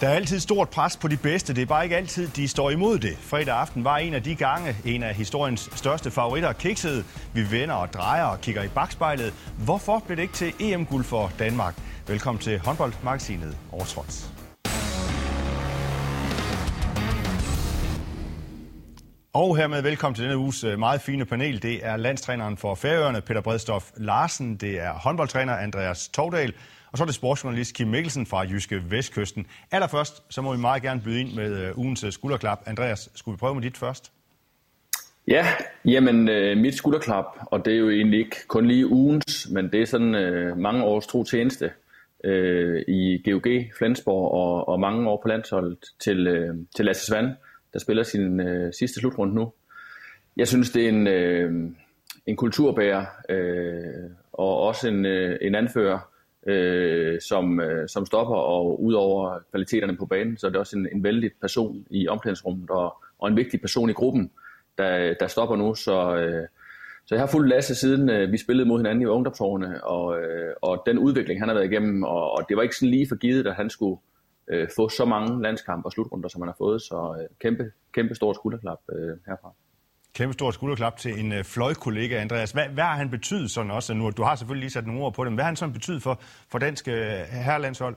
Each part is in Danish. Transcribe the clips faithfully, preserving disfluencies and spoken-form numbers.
Der er altid stort pres på de bedste. Det er bare ikke altid, de står imod det. Fredag aften var en af de gange, en af historiens største favoritter kiksede. Vi vender og drejer og kigger i bakspejlet. Hvorfor blev det ikke til E M-guld for Danmark? Velkommen til håndboldmagasinet Overtrådt. Og hermed velkommen til denne uges meget fine panel. Det er landstræneren for Færøerne, Peter Bredstof Larsen. Det er håndboldtræner Andreas Tovdal. Og så er det sportsjournalist Kim Mikkelsen fra Jyske Vestkysten. Allerførst, så må vi meget gerne byde ind med ugens skulderklap. Andreas, skulle vi prøve med dit først? Ja, jamen øh, mit skulderklap, og det er jo egentlig ikke kun lige ugens, men det er sådan øh, mange års tro tjeneste øh, i G O G, Flensborg og, og mange år på landsholdet til, øh, til Lasse Svand, der spiller sin øh, sidste slutrunde nu. Jeg synes, det er en, øh, en kulturbærer øh, og også en, øh, en anfører, Øh, som, øh, som stopper, og ud over kvaliteterne på banen, så er det også en, en vældig person i omklædningsrummet, og, og en vigtig person i gruppen, der, der stopper nu. Så, øh, så jeg har fulgt Lasse siden øh, vi spillede mod hinanden i ungdomsårene, og, øh, og den udvikling, han har været igennem, og, og det var ikke sådan lige for givet, at han skulle øh, få så mange landskampe og slutrunder, som han har fået, så øh, kæmpe, kæmpe stort skulderklap øh, herfra. Kæmpe stort skulderklap til en øh, fløjkollega, Andreas. Hvad, hvad har han betydet sådan også nu? Du har selvfølgelig lige sat nogle ord på dem. Hvad har han sådan betydet for, for dansk øh, herrelandshold?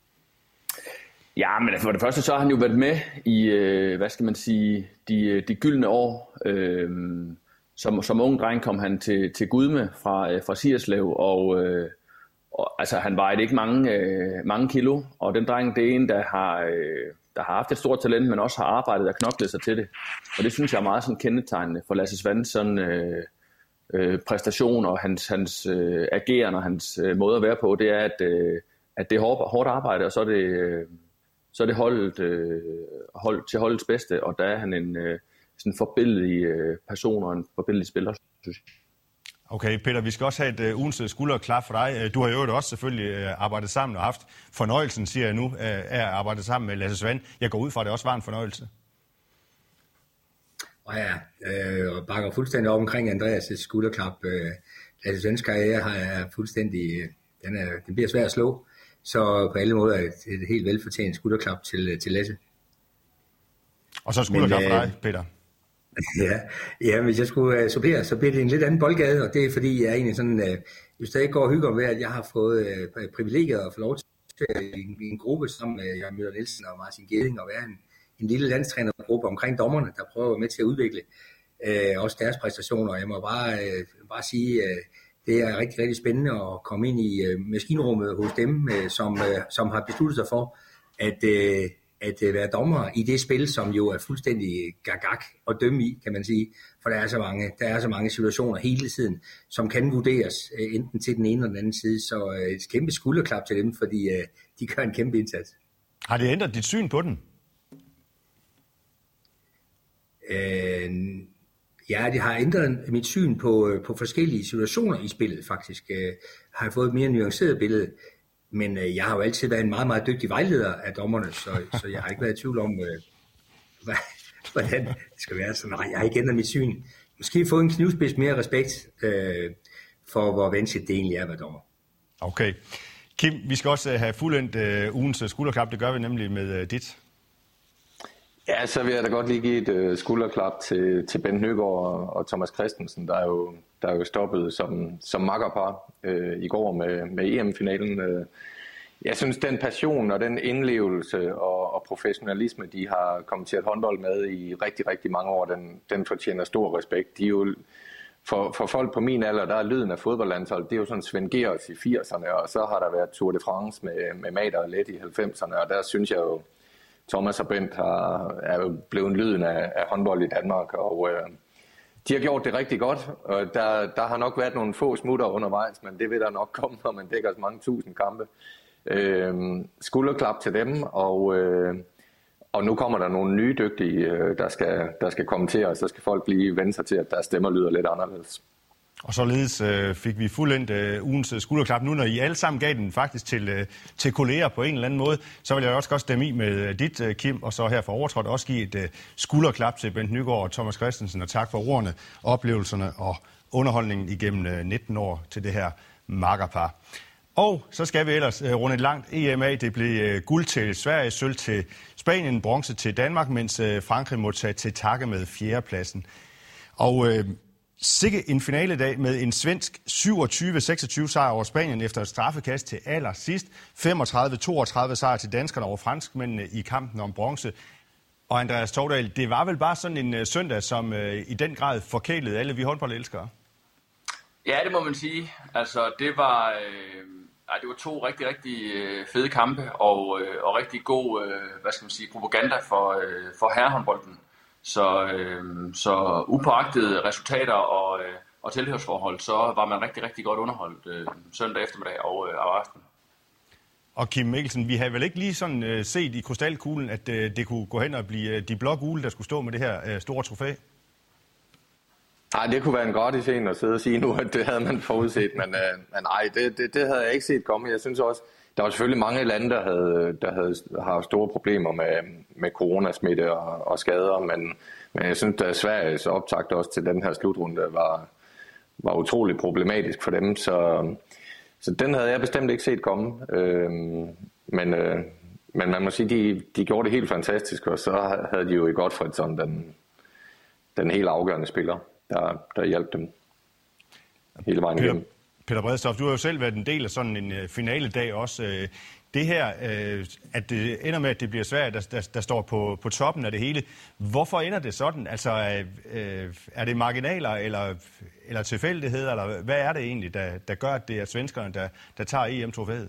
Ja, men for det første så har han jo været med i, øh, hvad skal man sige, de, de gyldne år. Øh, som, som ung dreng kom han til, til Gudme fra, øh, fra Sierslev, og, øh, og altså, han vejede ikke mange, øh, mange kilo. Og den dreng, det er en, der har... Øh, der har haft et stort talent, men også har arbejdet og knoklet sig til det. Og det synes jeg er meget sådan kendetegnende for Lasse Svands sådan, øh, øh, præstation og hans, hans øh, ageren og hans øh, måde at være på. Det er, at, øh, at det er hårdt, hårdt arbejde, og så er det, øh, så er det holdet, øh, hold, til holdets bedste. Og der er han en øh, sådan forbilledlig øh, person og en forbilledlig spiller, synes jeg. Okay, Peter, vi skal også have et uh, ugens skulderklap for dig. Du har jo også selvfølgelig uh, arbejdet sammen og haft fornøjelsen, siger jeg nu, uh, af at arbejde sammen med Lasse Svand. Jeg går ud fra, at det også var en fornøjelse. Og ja, øh, og bakker fuldstændig op omkring Andreas' skulderklap. Øh, Lasse Svands karriere har jeg fuldstændig, øh, den, er, den bliver svær at slå. Så på alle måder er det et helt velfortjent skulderklap til, til Lasse. Og så skulderklap for dig, Peter. Ja, ja, hvis jeg skulle uh, supplere, så bliver det en lidt anden boldgade, og det er fordi, jeg er egentlig sådan, uh, jo stadig går og hygger med, at jeg har fået uh, privilegiet at få lov til uh, i, en, i en gruppe som uh, Jørgen Møller Nielsen og Martin Geding, og være en, en lille landstrænergruppe omkring dommerne, der prøver at være med til at udvikle uh, også deres præstationer. Jeg må bare, uh, bare sige, uh, det er rigtig, rigtig spændende at komme ind i uh, maskinrummet hos dem, uh, som, uh, som har besluttet sig for, at uh, at være dommer i det spil, som jo er fuldstændig gagak at dømme i, kan man sige. For der er så mange, der er så mange situationer hele tiden, som kan vurderes enten til den ene eller den anden side. Så et kæmpe skulderklap til dem, fordi de gør en kæmpe indsats. Har det ændret dit syn på den? Øh, ja, det har ændret mit syn på, på forskellige situationer i spillet, faktisk. Øh, har jeg fået et mere nuanceret billede. Men øh, jeg har jo altid været en meget, meget dygtig vejleder af dommerne, så, så jeg har ikke været i tvivl om, øh, hvad, hvordan det skal være. Så nej, jeg har ikke ændret mit syn. Måske fået en knivspids mere respekt øh, for, hvor vanskeligt det egentlig er at være dommer. Okay. Kim, vi skal også have fuldendt øh, ugens skulderklap. Det gør vi nemlig med øh, dit. Ja, så vil jeg da godt lige give et øh, skulderklap til, til Bent Nygaard og, og Thomas Christensen, der er jo, der er jo stoppet som, som makkerpar øh, i går med, med E M-finalen. Øh. Jeg synes, den passion og den indlevelse og, og professionalisme, de har kommet til at håndbold med i rigtig, rigtig mange år, den, den fortjener stor respekt. De er jo, for, for folk på min alder, der er lyden af fodboldlandshold, det er jo sådan Svend Gehrs i firserne, og så har der været Tour de France med, med Mader og Let i halvfemserne, og der synes jeg jo, Thomas og Bent har, er jo blevet lyden af, af håndbold i Danmark, og øh, de har gjort det rigtig godt. Og der, der har nok været nogle få smutter undervejs, men det vil der nok komme, når man dækker så mange tusind kampe. Øh, skulderklap til dem, og, øh, og nu kommer der nogle nye dygtige, øh, der, skal, der skal komme til, og så skal folk lige vende sig til, at deres stemmer lyder lidt anderledes. Og således øh, fik vi fuldendt øh, ugens skulderklap. Nu når I alle sammen gav den faktisk til, øh, til kolleger på en eller anden måde, så vil jeg også godt stemme i med øh, dit, øh, Kim, og så her for Overtrådt også give et øh, skulderklap til Bent Nygaard og Thomas Christensen, og tak for ordene, oplevelserne og underholdningen igennem øh, nitten år til det her makkerpar. Og så skal vi ellers uh, runde et langt E M A. Det blev uh, guld til Sverige, sølv til Spanien, bronze til Danmark, mens uh, Frankrig måtte tage til takke med fjerdepladsen. Og uh, sikke en finaledag med en svensk syvogtyve seksogtyve sejr over Spanien efter et straffekast til allersidst. femogtredive toogtredive sejr til danskerne over franskmændene i kampen om bronze. Og Andreas Tovdal, det var vel bare sådan en uh, søndag, som uh, i den grad forkælede alle vi håndboldelskere? Ja, det må man sige. Altså, det var, øh, ej, det var to rigtig, rigtig øh, fede kampe og, øh, og rigtig god, øh, hvad skal man sige, propaganda for, øh, for herrehåndbolden. Så, øh, så upåagtede resultater og, øh, og tilhørsforhold, så var man rigtig, rigtig godt underholdt øh, søndag eftermiddag og øh, aften. Og Kim Mikkelsen, vi havde vel ikke lige sådan øh, set i krystalkuglen, at øh, det kunne gå hen og blive øh, de blå-gule, der skulle stå med det her øh, store trofæ? Nej, det kunne være en gratis en at sidde og sige nu, at det havde man forudset, men, øh, men nej, det, det, det havde jeg ikke set komme. Jeg synes også, der var selvfølgelig mange lande, der havde, der havde har store problemer med, med coronasmitte og, og skader, men, men jeg synes, at Sveriges optakt også til den her slutrunde var, var utrolig problematisk for dem, så, så den havde jeg bestemt ikke set komme. Øh, men, øh, men man må sige, de, de gjorde det helt fantastisk, og så havde de jo i Gottfridsson den, den helt afgørende spiller, der, der hjalp dem hele vejen igennem. Peter Bredstof, du har jo selv været en del af sådan en uh, finaledag også. Uh, det her, uh, at det ender med, at det bliver Sverige, der, der, der står på, på toppen af det hele. Hvorfor ender det sådan? Altså, uh, er det marginaler eller, eller tilfældigheder, eller hvad er det egentlig, der, der gør, at det er svenskerne, der, der tager E M-trofæet?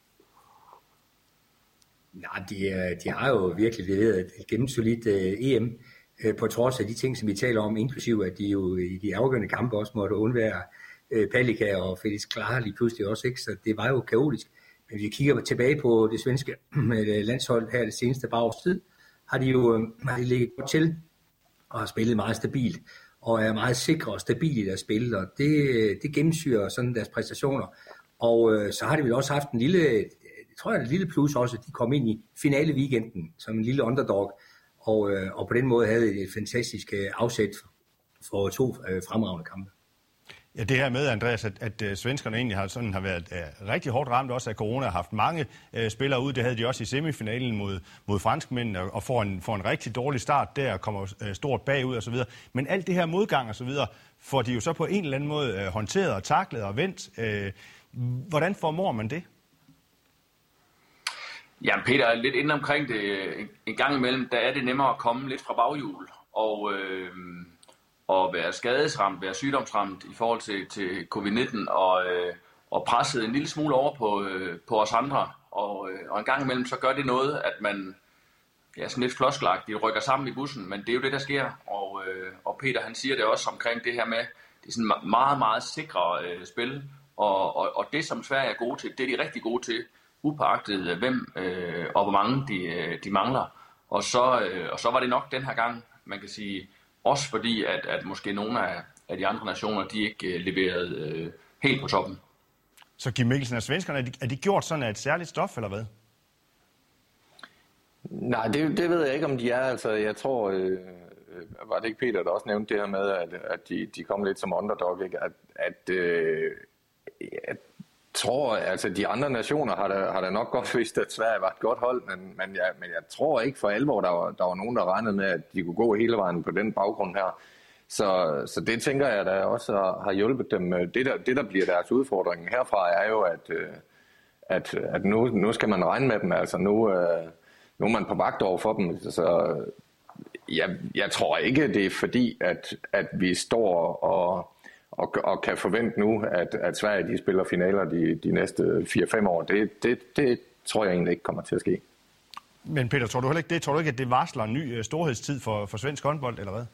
Nej, de, de har jo virkelig leveret et gennemsolidt uh, E M, uh, på trods af de ting, som vi taler om, inklusive at de jo i de afgørende kampe også måtte undvære Palicka og Felix Klar lige pludselig også, ikke? Så det var jo kaotisk. Men hvis vi kigger tilbage på det svenske landshold her det seneste par års tid, har de jo har de ligget godt til og har spillet meget stabilt og er meget sikre og stabile i deres spil, og det, det gennemsyrer sådan deres præstationer. Og øh, så har de vel også haft en lille, jeg tror jeg, en lille plus også, at de kom ind i finale weekenden som en lille underdog, og, øh, og på den måde havde et fantastisk øh, afsæt for to øh, fremragende kampe. Ja, det her med, Andreas, at, at, at svenskerne egentlig har, sådan, har været uh, rigtig hårdt ramt også af corona, har haft mange uh, spillere ud. Det havde de også i semifinalen mod, mod franskmændene, og får en, får en rigtig dårlig start der, og kommer uh, stort bagud og så videre. Men alt det her modgang og så videre, får de jo så på en eller anden måde uh, håndteret og taklet og vendt. Uh, hvordan formår man det? Ja, Peter er lidt inde omkring det. En gang imellem, der er det nemmere at komme lidt fra baghjul, og... Øh, og være skadesramt, være sygdomsramt i forhold til, til covid nitten, og, øh, og presset en lille smule over på, øh, på os andre. Og, øh, og en gang imellem, så gør det noget, at man ja, sådan lidt floskelagtigt rykker sammen i bussen, men det er jo det, der sker. Og, øh, og Peter, han siger det også omkring det her med, det er sådan meget, meget sikre øh, spil, og, og, og det, som Sverige er gode til, det er de rigtig gode til, upåagtet hvem øh, og hvor mange de, de mangler. Og så, øh, og så var det nok den her gang, man kan sige, også fordi, at, at måske nogle af, af de andre nationer, de ikke øh, leverede øh, helt på toppen. Så Kim Mikkelsen og svenskerne, er de, er de gjort sådan af et særligt stof, eller hvad? Nej, det, det ved jeg ikke, om de er. Altså, jeg tror, øh, var det ikke Peter, der også nævnte det her med, at, at de, de kom lidt som underdog, ikke? At, at øh, jeg tror, altså de andre nationer har da, har da nok godt vidst, at Sverige var et godt hold, men, men, jeg, men jeg tror ikke for alvor, der var, der var nogen, der regnede med, at de kunne gå hele vejen på den baggrund her. Så, så det tænker jeg, der også har, har hjulpet dem. Det der, det, der bliver deres udfordring herfra, er jo, at, at, at nu, nu skal man regne med dem. Altså nu, nu er man på vagt over for dem. Så jeg, jeg tror ikke, det er fordi, at, at vi står og... Og, og kan forvente nu, at, at Sverige de spiller finaler de, de næste fire fem år. Det, det, det tror jeg egentlig ikke kommer til at ske. Men Peter, tror du heller ikke det? Tror du ikke, at det varsler en ny storhedstid for, for svensk håndbold, eller hvad?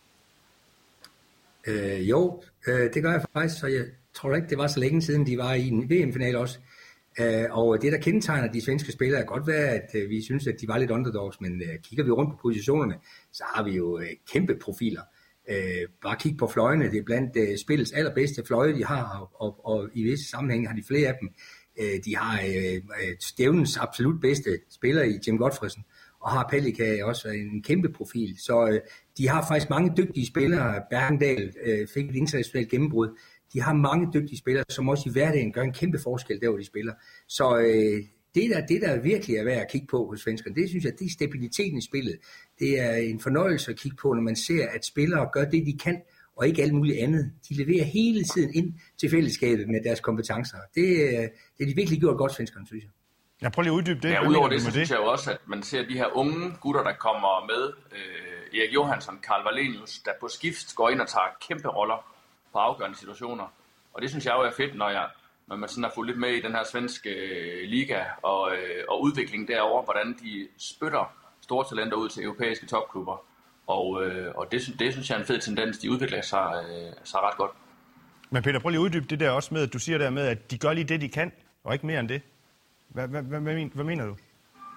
Øh, jo, øh, det gør jeg faktisk, så jeg tror ikke, det var så længe siden, de var i en V M-finale også. Øh, og det, der kendetegner de svenske spillere, er godt være, at øh, vi synes, at de var lidt underdogs, men øh, kigger vi rundt på positionerne, så har vi jo øh, kæmpe profiler. Øh, bare kig på fløjene, det er blandt øh, spillets allerbedste fløje, de har, og, og, og i visse sammenhænge har de flere af dem. Øh, de har øh, stævnens absolut bedste spiller i Jim Gottfridsson, og har Pelika også en kæmpe profil. Så øh, de har faktisk mange dygtige spillere. Bergendal øh, fik et internationalt gennembrud. De har mange dygtige spillere, som også i hverdagen gør en kæmpe forskel, der hvor de spiller. Så øh, det, der, det, der virkelig er værd at kigge på hos svenskerne, det synes jeg, det er stabiliteten i spillet. Det er en fornøjelse at kigge på, når man ser, at spillere gør det, de kan, og ikke alt muligt andet. De leverer hele tiden ind til fællesskabet med deres kompetencer. Det, det har de virkelig gjort godt, svenskerne, synes jeg. Jeg prøver lige at uddybe det. Ja, udover det, så synes jeg jo også, at man ser de her unge gutter, der kommer med. Øh, Erik Johansson, Karl Wallenius, der på skift går ind og tager kæmpe roller på afgørende situationer. Og det synes jeg jo er fedt, når, jeg, når man sådan har fulgt lidt med i den her svenske øh, liga og, øh, og udviklingen derover, hvordan de spytter store talenter ud til europæiske topklubber. Og, øh, og det, det synes jeg er en fed tendens. De udvikler sig, øh, sig ret godt. Men Peter, prøv lige at uddybe det der også med, at du siger der med, at de gør lige det, de kan, og ikke mere end det. Hvad, hvad, hvad, hvad, hvad mener du?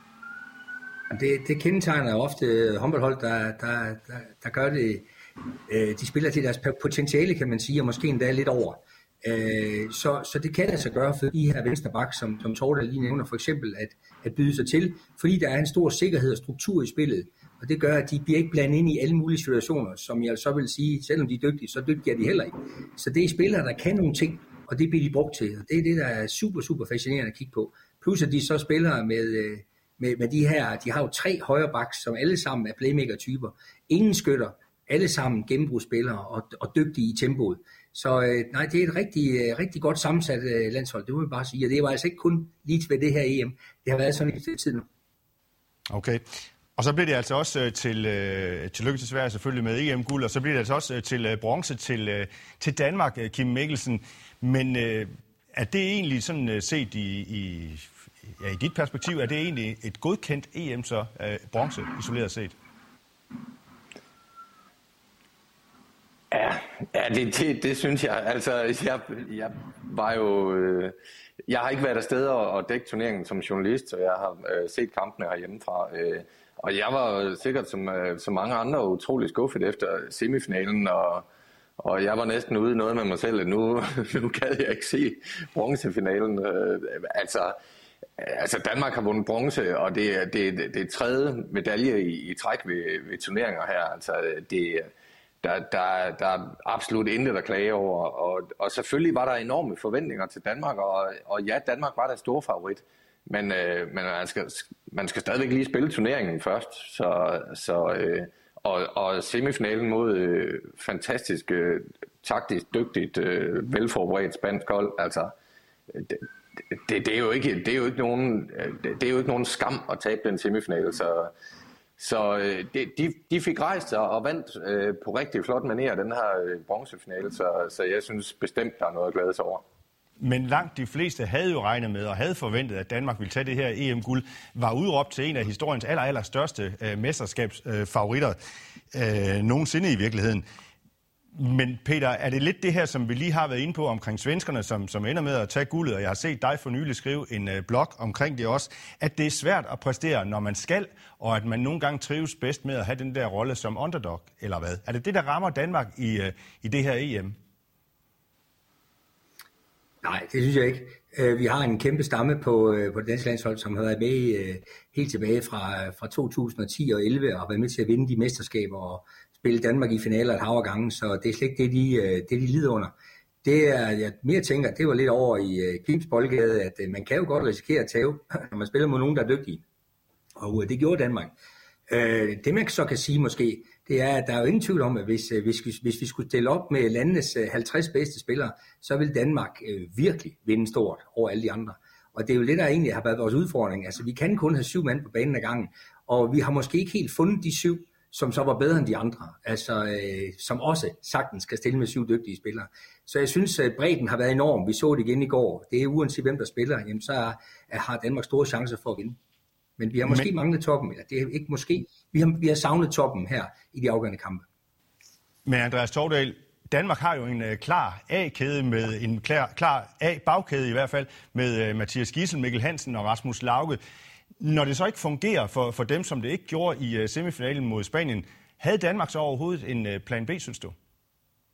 Det, det kendetegner ofte håndboldhold, der, der, der, der gør det. Øh, de spiller til deres potentiale, kan man sige, og måske endda lidt over. Øh, så, så det kan altså gøre for de her venstreback, som, som Torda lige nævner, for eksempel at, at byde sig til, fordi der er en stor sikkerhed og struktur i spillet. Og det gør, at de bliver ikke blandet ind i alle mulige situationer, som jeg så vil sige, selvom de er dygtige, så dygtige er de heller ikke. Så det er spillere, der kan nogle ting, og det bliver de brugt til. Og det er det, der er super, super fascinerende at kigge på. Plus at de så spiller med, med, med de her, de har jo tre højre backs, som alle sammen er playmaker-typer. Ingen skytter, alle sammen gennembrudsspillere og, og dygtige i tempoet. Så øh, nej, det er et rigtig, rigtig godt sammensat øh, landshold, det må jeg bare sige. Og det var altså ikke kun lige ved det her E M. Det har været sådan i tid nu. Okay. Og så bliver det altså også til, øh, til lykke til Sverige selvfølgelig med E M-guld, og så bliver det altså også til øh, bronze til, øh, til Danmark, Kim Mikkelsen. Men øh, er det egentlig sådan øh, set i, i, ja, i dit perspektiv, er det egentlig et godkendt E M så, øh, bronze isoleret set? Ja, ja det, det, det synes jeg. Altså, jeg, jeg var jo... Øh, jeg har ikke været afsted og, og dækket turneringen som journalist, så jeg har øh, set kampene herhjemmefra. Øh, og jeg var sikkert som, øh, som mange andre utrolig skuffet efter semifinalen, og, og jeg var næsten ude i noget med mig selv, at nu, nu gad jeg ikke se bronzefinalen. Øh, altså, altså, Danmark har vundet bronze, og det er det, det, det tredje medalje i, i træk ved, ved turneringer her. Altså, det Der, der, der er absolut intet at klage over, og, og selvfølgelig var der enorme forventninger til Danmark, og, og ja, Danmark var der stor favorit, men, øh, men man, skal, man skal stadigvæk lige spille turneringen først, så, så, øh, og, og semifinalen mod øh, fantastisk, øh, taktisk dygtigt, øh, velforberedt spansk hold, altså det, det, det, er jo ikke, det er jo ikke nogen, det, det er jo ikke nogen skam at tabe den semifinale, så Så øh, de, de fik rejst sig og vandt øh, på rigtig flot manér den her øh, bronzefinale, så, så jeg synes bestemt, der er noget at glæde sig over. Men langt de fleste havde jo regnet med og havde forventet, at Danmark ville tage det her E M-guld, var udråbt til en af historiens aller, aller største øh, mesterskabsfavoritter øh, nogensinde i virkeligheden. Men Peter, er det lidt det her, som vi lige har været inde på omkring svenskerne, som, som ender med at tage guldet, og jeg har set dig for nylig skrive en uh, blog omkring det også, at det er svært at præstere, når man skal, og at man nogle gange trives bedst med at have den der rolle som underdog, eller hvad? Er det det, der rammer Danmark i, uh, i det her E M? Nej, det synes jeg ikke. Vi har en kæmpe stamme på, på det danske landshold, som har været med helt tilbage fra, fra to tusind og ti og elleve, og har været med til at vinde de mesterskaber og spille Danmark i finaler et hav af gange, så det er slet ikke det, de, det, de lider under. Det er, jeg mere tænker, det var lidt over i Kims boldgade, at man kan jo godt risikere at tabe, når man spiller mod nogen, der er dygtige. Og det gjorde Danmark. Det man så kan sige måske, det er, at der er jo ingen tvivl om, at hvis, hvis, hvis vi skulle stille op med landenes halvtreds bedste spillere, så vil Danmark virkelig vinde stort over alle de andre. Og det er jo det, der egentlig har været vores udfordring. Altså, vi kan kun have syv mand på banen ad gangen, og vi har måske ikke helt fundet de syv, som så var bedre end de andre, altså øh, som også sagtens skal stille med syv dygtige spillere. Så jeg synes, at bredden har været enorm. Vi så det igen i går. Det er uanset hvem der spiller, jamen, så er, har Danmark store chancer for at vinde. Men vi har måske Men... manglet toppen, eller det er ikke måske. Vi har, vi har savnet toppen her i de afgørende kampe. Men Andreas Tovdal, Danmark har jo en uh, klar A-kæde med en klar, klar A-bagkæde i hvert fald med uh, Mathias Gidsel, Mikkel Hansen og Rasmus Lauge. Når det så ikke fungerer for, for dem, som det ikke gjorde i uh, semifinalen mod Spanien, havde Danmark så overhovedet en uh, plan B, synes du?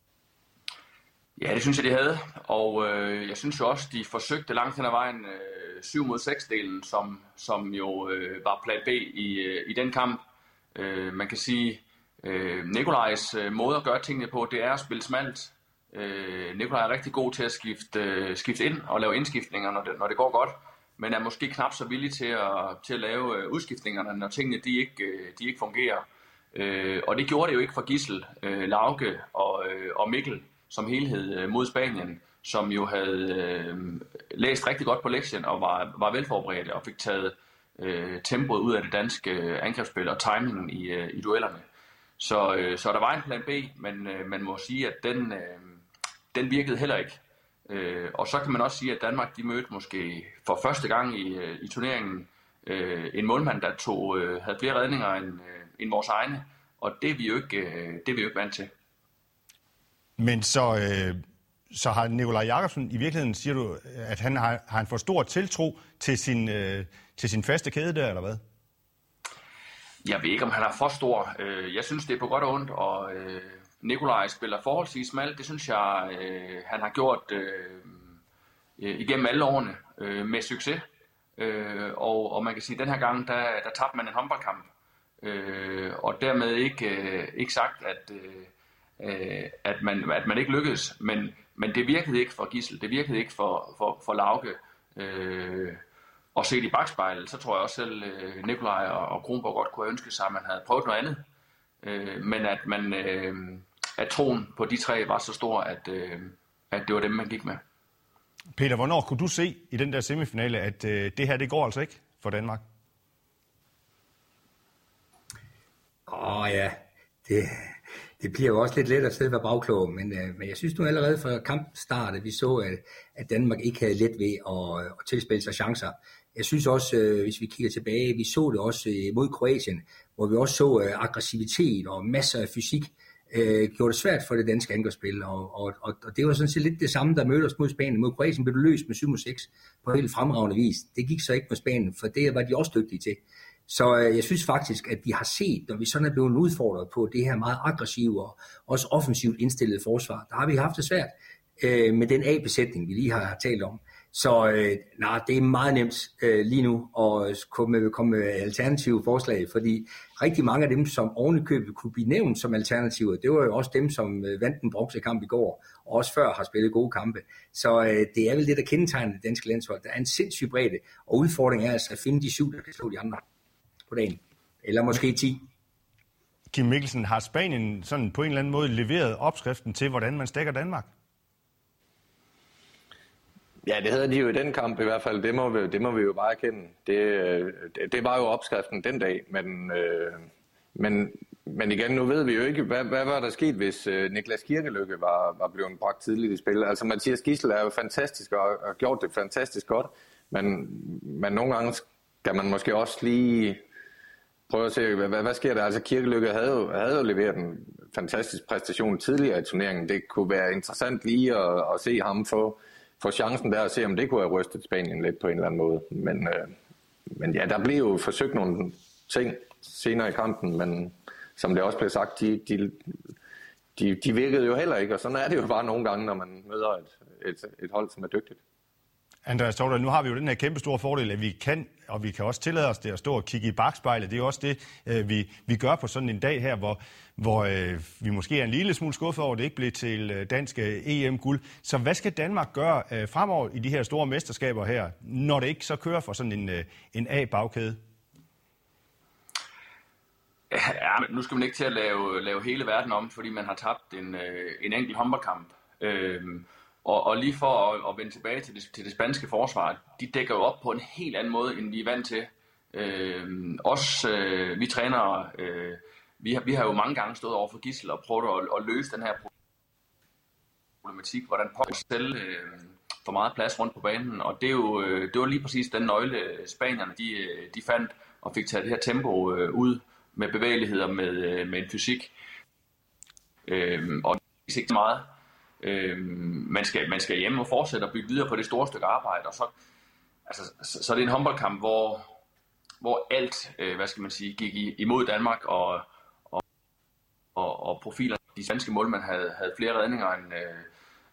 Ja, det synes jeg, de havde. Og øh, jeg synes jo også, de forsøgte langt hen ad vejen øh, syv mod seks-delen, som, som jo øh, var plan B i, øh, i den kamp. Øh, man kan sige, øh, Nikolajs øh, måde at gøre tingene på, det er at spille smalt. Øh, Nikolaj er rigtig god til at skifte, øh, skifte ind og lave indskiftninger, når det, når det går godt, men er måske knap så villig til at, til at lave øh, udskiftningerne, når tingene de ikke, øh, de ikke fungerer. Øh, og det gjorde det jo ikke for Gissel, øh, Lauke og, øh, og Mikkel som helhed øh, mod Spanien, som jo havde øh, læst rigtig godt på lektien og var, var velforberedte og fik taget øh, tempoet ud af det danske øh, angrebsspil og timingen i, øh, i duellerne. Så, øh, så der var en plan B, men øh, man må sige, at den, øh, den virkede heller ikke. Øh, og så kan man også sige, at Danmark de mødte måske for første gang i, øh, i turneringen øh, en målmand, der tog, øh, havde flere redninger end, øh, end vores egne, og det er vi jo ikke, øh, det er vi jo ikke vant til. Men så, øh, så har Nikolaj Jakobsen i virkeligheden, siger du, at han har, har en for stor tiltro til sin, øh, til sin faste kæde der, eller hvad? Jeg ved ikke, om han er for stor. Jeg synes, det er på godt og ondt, og Nikolaj spiller forholdsvis smalt. Det synes jeg, han har gjort igennem alle årene med succes. Og, og man kan sige, at den her gang, der, der tabte man en håndboldkamp. Og dermed ikke, ikke sagt, at, at, man, at man ikke lykkedes. Men, men det virkede ikke for Gissel. Det virkede ikke for, for, for Lauke. Og set i bagspejlet, så tror jeg også selv, øh, Nikolaj og, og Kronborg godt kunne have ønsket sig, at man havde prøvet noget andet. Øh, men at, man, øh, at troen på de tre var så stor, at, øh, at det var dem, man gik med. Peter, hvornår kunne du se i den der semifinale, at øh, det her, det går altså ikke for Danmark? Åh oh, ja, det, det bliver jo også lidt let at sidde ved bagklog, men, øh, men jeg synes nu allerede fra kampen startede, vi så, at, at Danmark ikke havde let ved at, at tilspille sig chancer. Jeg synes også, øh, hvis vi kigger tilbage, vi så det også øh, mod Kroatien, hvor vi også så øh, aggressivitet og masser af fysik, øh, gjorde det svært for det danske angrebsspil, og, og, og, og det var sådan set lidt det samme, der mødte os mod Spanien. Mod Kroatien blev det løst med syv mod seks på helt fremragende vis. Det gik så ikke med Spanien, for det var de også dygtige til. Så øh, jeg synes faktisk, at vi har set, når vi sådan er blevet udfordret på det her meget aggressive og også offensivt indstillede forsvar, der har vi haft det svært øh, med den A-besætning, vi lige har talt om. Så øh, nej, det er meget nemt øh, lige nu at komme, komme med alternative forslag, fordi rigtig mange af dem, som ovenikøbet kunne blive nævnt som alternativer, det var jo også dem, som øh, vandt en bronzekamp i går, og også før har spillet gode kampe. Så øh, det er vel det, der kendetegner det danske landshold. Der er en sindssyg bredde, og udfordringen er altså at finde de syv, der kan slå de andre på dagen. Eller måske ti. Kim Mikkelsen, har Spanien sådan på en eller anden måde leveret opskriften til, hvordan man stækker Danmark? Ja, det havde de jo i den kamp i hvert fald. Det må vi, det må vi jo bare erkende. Det, det, det var jo opskriften den dag. Men, øh, men, men igen, nu ved vi jo ikke, hvad, hvad var der sket, hvis øh, Niklas Kirkelykke var, var blevet bragt tidligt i spil. Altså Mathias Gissel er jo fantastisk og har gjort det fantastisk godt. Men, men nogle gange skal man måske også lige prøve at se, hvad, hvad sker der? Altså Kirkelykke havde jo, havde jo leveret en fantastisk præstation tidligere i turneringen. Det kunne være interessant lige at, at se ham få få chancen der at se, om det kunne have rystet Spanien lidt på en eller anden måde. Men, øh, men ja, der blev jo forsøgt nogle ting senere i kampen, men som det også blev sagt, de, de, de, de virkede jo heller ikke, og sådan er det jo bare nogle gange, når man møder et, et, et hold, som er dygtigt. Andreas Tovdal, nu har vi jo den her kæmpe store fordel, at vi kan, og vi kan også tillade os det at stå og kigge i bagspejlet. Det er jo også det, vi, vi gør på sådan en dag her, hvor, hvor øh, vi måske er en lille smule skuffet over, at det ikke blev til dansk E M-guld. Så hvad skal Danmark gøre øh, fremover i de her store mesterskaber her, når det ikke så kører for sådan en, øh, en A-bagkæde? Ja, men nu skal man ikke til at lave, lave hele verden om, fordi man har tabt en, øh, en enkelt håndboldkamp. Øh, Og, og lige for at, at vende tilbage til det, til det spanske forsvar, de dækker jo op på en helt anden måde, end vi er vant til. Øh, os, øh, vi trænere, øh, vi, har, vi har jo mange gange stået over for Gissel og prøvet at, at løse den her problematik, hvordan pokker selv øh, for meget plads rundt på banen. Og det, er jo, øh, det var lige præcis den nøgle, spanierne de, de fandt og fik taget det her tempo øh, ud med bevægeligheder, med, øh, med en fysik. Øh, og det er ikke så meget. Øh, man, skal, man skal hjem og fortsætte og bygge videre på det store stykke arbejde, og så, altså, så, så er det en håndboldkamp, hvor, hvor alt, øh, hvad skal man sige, gik imod Danmark, og, og, og, og profiler, de svenske målmænd havde, havde flere redninger end, øh,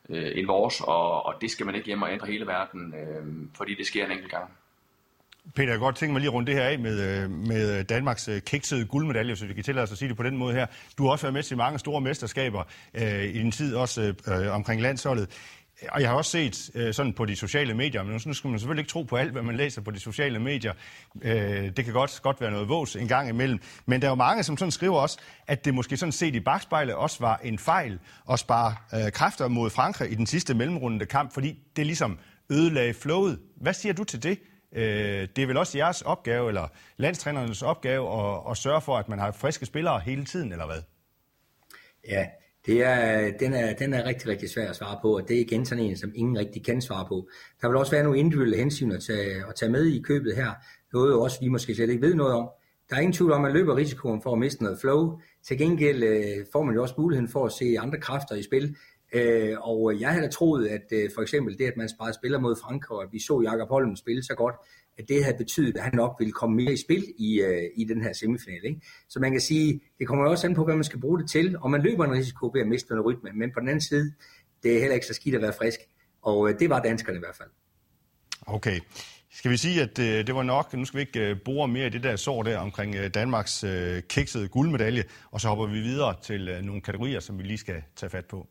øh, end vores, og, og det skal man ikke hjem og ændre hele verden, øh, fordi det sker en enkelt gang. Peter, jeg kan godt tænke mig lige at runde det her af med, med Danmarks kiksede guldmedalje, så vi kan tillade os at sige det på den måde her. Du har også været med til mange store mesterskaber øh, i en tid også øh, omkring landsholdet. Og jeg har også set øh, sådan på de sociale medier, men nu skal man selvfølgelig ikke tro på alt, hvad man læser på de sociale medier. Øh, det kan godt, godt være noget vås en gang imellem. Men der er jo mange, som sådan skriver også, at det måske sådan set i bagspejlet også var en fejl at spare øh, kræfter mod Frankrig i den sidste mellemrundende kamp, fordi det ligesom ødelagde flowet. Hvad siger du til det? Øh, det er vel også jeres opgave, eller landstrænernes opgave, at, at sørge for, at man har friske spillere hele tiden, eller hvad? Ja, det er, den, er, den er rigtig, rigtig svær at svare på, og det er igen sådan en, som ingen rigtig kan svare på. Der vil også være nogle individuelle hensyn at tage, at tage med i købet her, noget også vi måske slet ikke ved noget om. Der er ingen tvivl om, at man løber risikoen for at miste noget flow. Til gengæld øh, får man jo også muligheden for at se andre kræfter i spil. Øh, og jeg havde da troet, at øh, for eksempel det, at man sparede spiller mod Frankrig, og at vi så Jakob Holm spille så godt, at det havde betydet, at han nok ville komme mere i spil i, øh, i den her semifinal. Ikke? Så man kan sige, det kommer også an på, hvad man skal bruge det til, og man løber en risiko ved at miste noget rytme, men på den anden side, det er heller ikke så skidt at være frisk, og øh, det var danskerne i hvert fald. Okay. Skal vi sige, at øh, det var nok, nu skal vi ikke øh, bore mere i det der sår der omkring øh, Danmarks øh, kiksede guldmedalje, og så hopper vi videre til øh, nogle kategorier, som vi lige skal tage fat på.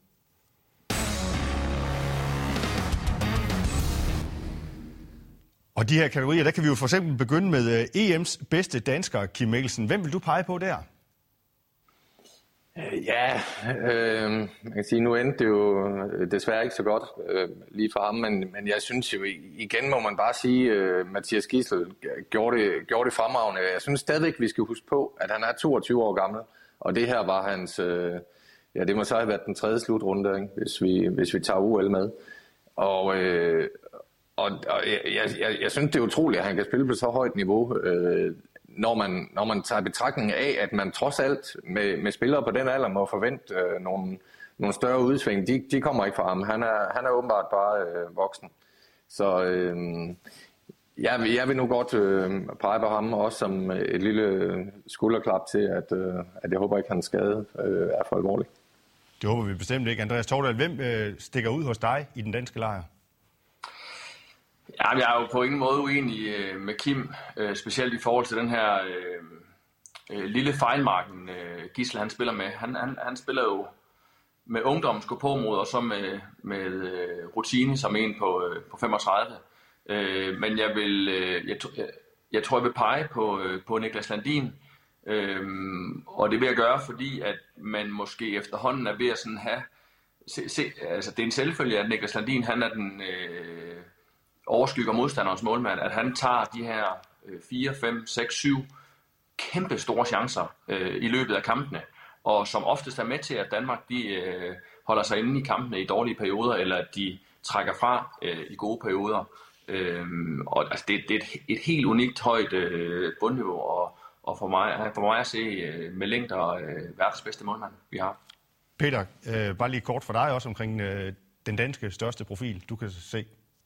Og de her kategorier, der kan vi jo for eksempel begynde med E M's bedste dansker, Kim Mikkelsen. Hvem vil du pege på der? Ja, øh, man kan sige, nu endte det jo desværre ikke så godt øh, lige for ham, men, men jeg synes jo, igen må man bare sige, øh, Mathias Gidsel gjorde det, gjorde det fremragende. Jeg synes stadigvæk, vi skal huske på, at han er toogtyve år gammel, og det her var hans, øh, ja det må så have været den tredje slutrunde, ikke? Hvis, vi, hvis vi tager O L med. Og... Øh, Og, og jeg, jeg, jeg synes, det er utroligt, at han kan spille på så højt niveau, øh, når, man, når man tager betragtning af, at man trods alt med, med spillere på den alder må forvente øh, nogle, nogle større udsving. De, de kommer ikke fra ham. Han er, han er åbenbart bare øh, voksen. Så øh, jeg, jeg vil nu godt øh, pege på ham, også som et lille skulderklap til, at, øh, at jeg håber ikke, hans skade øh, er for alvorlig. Det håber vi bestemt ikke. Andreas Tovdal, hvem øh, stikker ud hos dig i den danske lejr? Ja, jeg er jo på ingen måde uenig øh, med Kim, øh, specielt i forhold til den her øh, øh, lille fejlmarken, øh, Gidsel han spiller med. Han, han, han spiller jo med ungdommens gå på mod, og så med, med øh, rutine som en på, øh, på femogtredive. Øh, men jeg vil, øh, jeg, jeg, jeg tror, jeg vil pege på, øh, på Niklas Landin, øh, og det vil jeg gøre, fordi at man måske efterhånden er ved at sådan have, se, se, altså det er en selvfølge, at Niklas Landin han er den... Øh, overskygger modstanderens målmand, at han tager de her fire, fem, seks, syv kæmpe store chancer øh, i løbet af kampene, og som oftest er med til, at Danmark de, øh, holder sig inde i kampene i dårlige perioder, eller at de trækker fra øh, i gode perioder. Øh, og altså, det, det er et, et helt unikt højt øh, bundniveau, og, og for, mig, for mig at se øh, med længder øh, verdens bedste målmand, vi har. Peter, øh, bare lige kort for dig også omkring øh, den danske største profil, du kan se.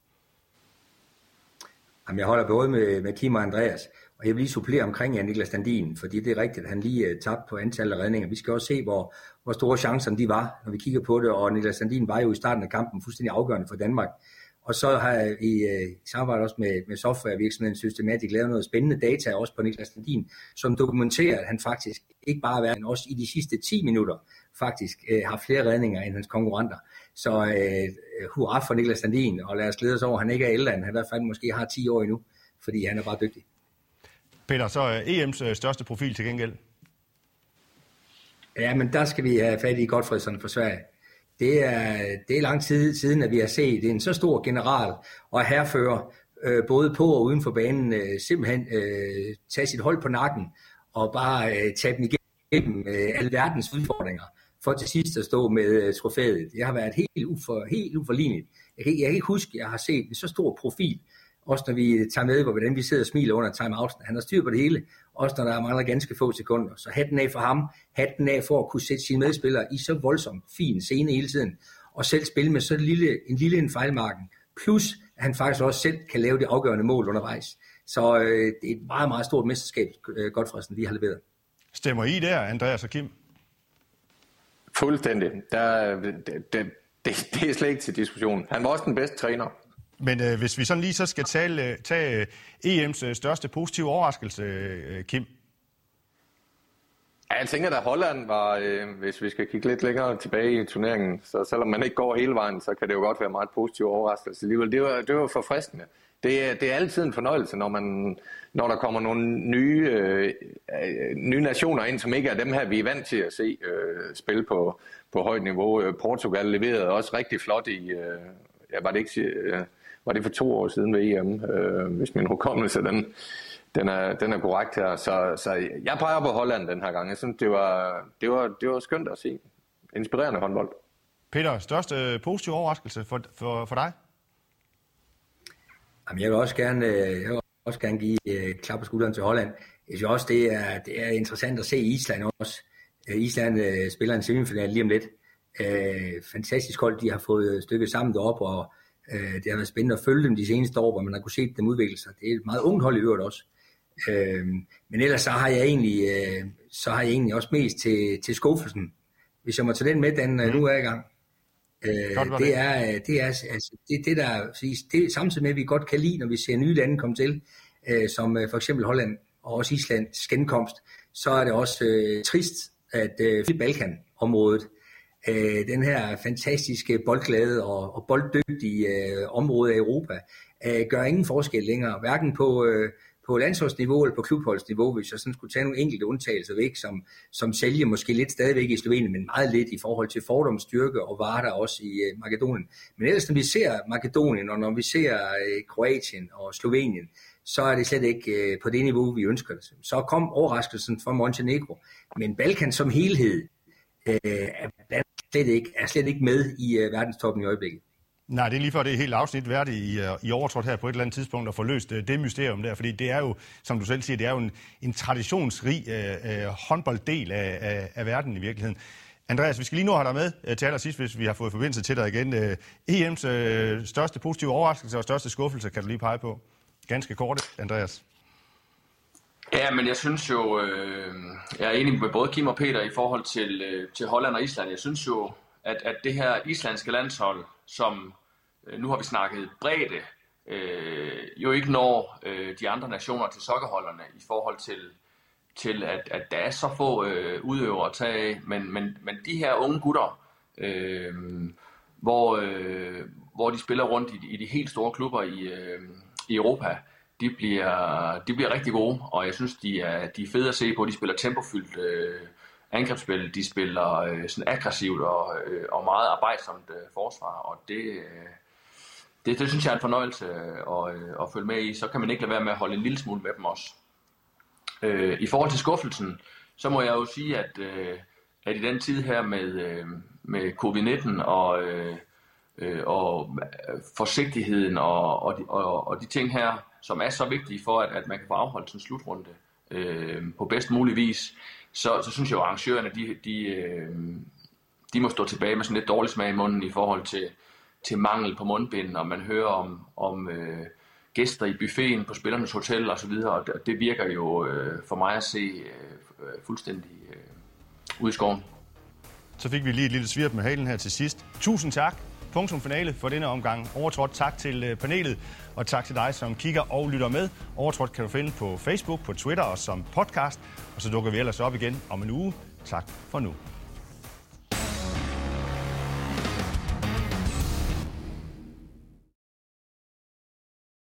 Jamen, jeg holder både med, med Kim og Andreas, og jeg vil lige supplere omkring Jan Niklas Landin, fordi det er rigtigt, at han lige uh, tabte på antallet af redninger. Vi skal også se, hvor, hvor store chancerne de var, når vi kigger på det, og Niklas Landin var jo i starten af kampen fuldstændig afgørende for Danmark. Og så har vi uh, i samarbejde også med, med softwarevirksomheden Systematic lavet noget spændende data også på Niklas Landin, som dokumenterer, at han faktisk ikke bare har været, men også i de sidste ti minutter faktisk uh, har flere redninger end hans konkurrenter. Så uh, hurra for Niklas Landin, og lad os glæde os over, at han ikke er ældre, han i hvert fald måske har ti år endnu, fordi han er bare dygtig. Peter, så er E M's største profil til gengæld? Ja, men der skal vi have fat i Godfredsson for Sverige. Det er, det er lang tid siden, at vi har set det er en så stor general og herfører, øh, både på og uden for banen, øh, simpelthen øh, tage sit hold på nakken og bare øh, tage dem igennem øh, alle verdens udfordringer, for til sidst at stå med øh, trofæet. Det har været helt, ufor, helt uforligneligt. Jeg kan, jeg kan ikke huske, at jeg har set en så stor profil, også når vi tager med, hvordan vi sidder og smiler under timeouten. Han har styr på det hele, også når der mangler ganske få sekunder. Så hatten af for ham, hatten af for at kunne sætte sine medspillere i så voldsomt fin scene hele tiden, og selv spille med så lille, en lille en fejlmarken. Plus, at han faktisk også selv kan lave det afgørende mål undervejs. Så øh, det er et meget, meget stort mesterskab, øh, Godfredsen lige har leveret. Stemmer I der, Andreas og Kim? Fuldstændig. Der, det, det, det, det er slet ikke til diskussion. Han var også den bedste træner. Men øh, hvis vi sådan lige så skal tale, tage E M's øh, største positive overraskelse, øh, Kim? Ja, jeg tænker, at Holland var, øh, hvis vi skal kigge lidt længere tilbage i turneringen, så selvom man ikke går hele vejen, så kan det jo godt være meget positiv overraskelse alligevel. Det var, det var forfriskende. Det er, det er altid en fornøjelse, når, man, når der kommer nogle nye, øh, nye nationer ind, som ikke er dem her, vi er vant til at se øh, spille på, på højt niveau. Portugal leverede også rigtig flot i, øh, ja, var det ikke, øh, var det for to år siden ved E M, øh, hvis min hukommelse den, den, er, den er korrekt her. Så, så jeg peger på Holland den her gang. Jeg synes, det var, det var, det var skønt at se. Inspirerende håndbold. Peter, største positive overraskelse for, for, for dig? Jamen, jeg vil også gerne, jeg vil også gerne give uh, klap på skulderen til Holland. Jeg synes også, det er, det er interessant at se Island også. Uh, Island uh, spiller en semifinal lige om lidt. Uh, fantastisk hold, de har fået stykket sammen deroppe, og uh, det har været spændende at følge dem de seneste år, hvor man har kunne se dem udvikle sig. Det er et meget ungt hold i øvrigt også. Uh, men ellers så har jeg egentlig, uh, så har jeg egentlig også mest til, til skuffelsen. Hvis jeg må tage den med, den uh, nu er i gang. Øh, det er det er altså det, det der det er samtidig med at vi godt kan lide, når vi ser nye lande komme til, øh, som øh, for eksempel Holland og også Islands genkomst, så er det også øh, trist at øh, Balkan-området, øh, den her fantastiske boldglade og, og bolddygtige øh, område af Europa, øh, gør ingen forskel længere, hverken på øh, på landsholdsniveau eller på klubholdsniveau, hvis jeg sådan skulle tage nogle enkelte undtagelser væk, som, som sælger måske lidt stadigvæk i Slovenien, men meget lidt i forhold til fordomsstyrke og Varda også i uh, Makedonien. Men ellers når vi ser Makedonien, og når vi ser uh, Kroatien og Slovenien, så er det slet ikke uh, på det niveau, vi ønsker det. Så kom overraskelsen fra Montenegro, men Balkan som helhed uh, er, slet ikke, er slet ikke med i uh, verdenstoppen i øjeblikket. Nej, det er lige for, det er helt afsnit værdigt i, i overtrådt her på et eller andet tidspunkt at få løst det mysterium der, fordi det er jo, som du selv siger, det er jo en, en traditionsrig øh, håndbolddel af, af, af verden i virkeligheden. Andreas, vi skal lige nu have dig med til allersidst, hvis vi har fået forbindelse til dig igen. Øh, E M's øh, største positive overraskelse og største skuffelse, kan du lige pege på? Ganske kort, Andreas. Ja, men jeg synes jo, øh, jeg er enig med både Kim og Peter i forhold til, øh, til Holland og Island. Jeg synes jo, at, at det her islandske landshold, som øh, nu har vi snakket bredde, øh, jo ikke når øh, de andre nationer til sokkerholderne i forhold til, til at, at der er så få øh, udøvere at tage af. Men, men, men de her unge gutter, øh, hvor, øh, hvor de spiller rundt i, i de helt store klubber i, øh, i Europa, de bliver, de bliver rigtig gode, og jeg synes, de er, de er fede at se på. De spiller tempofyldt øh, angrebsspil, de spiller øh, sådan aggressivt og, øh, og meget arbejdsomt øh, forsvar, og det, øh, det, det synes jeg er en fornøjelse at, øh, at følge med i. Så kan man ikke lade være med at holde en lille smule med dem også. Øh, I forhold til skuffelsen, så må jeg jo sige, at, øh, at i den tid her med, øh, med covid nitten og, øh, øh, og forsigtigheden og, og, de, og, og de ting her, som er så vigtige for, at, at man kan få afholdt sådan en slutrunde øh, på bedst mulig vis, så, så synes jeg jo, at arrangørerne, de, de, øh, de må stå tilbage med sådan lidt dårlig smag i munden i forhold til, til mangel på mundbind, og man hører om, om øh, gæster i buffeten på spillernes hotel og så videre, og det, det virker jo øh, for mig at se øh, fuldstændig øh, ud i skoven. Så fik vi lige et lille svirp med halen her til sidst. Tusind tak. Punktum finale for denne omgang. Overtrådt tak til panelet, og tak til dig, som kigger og lytter med. Overtrådt kan du finde på Facebook, på Twitter og som podcast. Og så dukker vi ellers op igen om en uge. Tak for nu.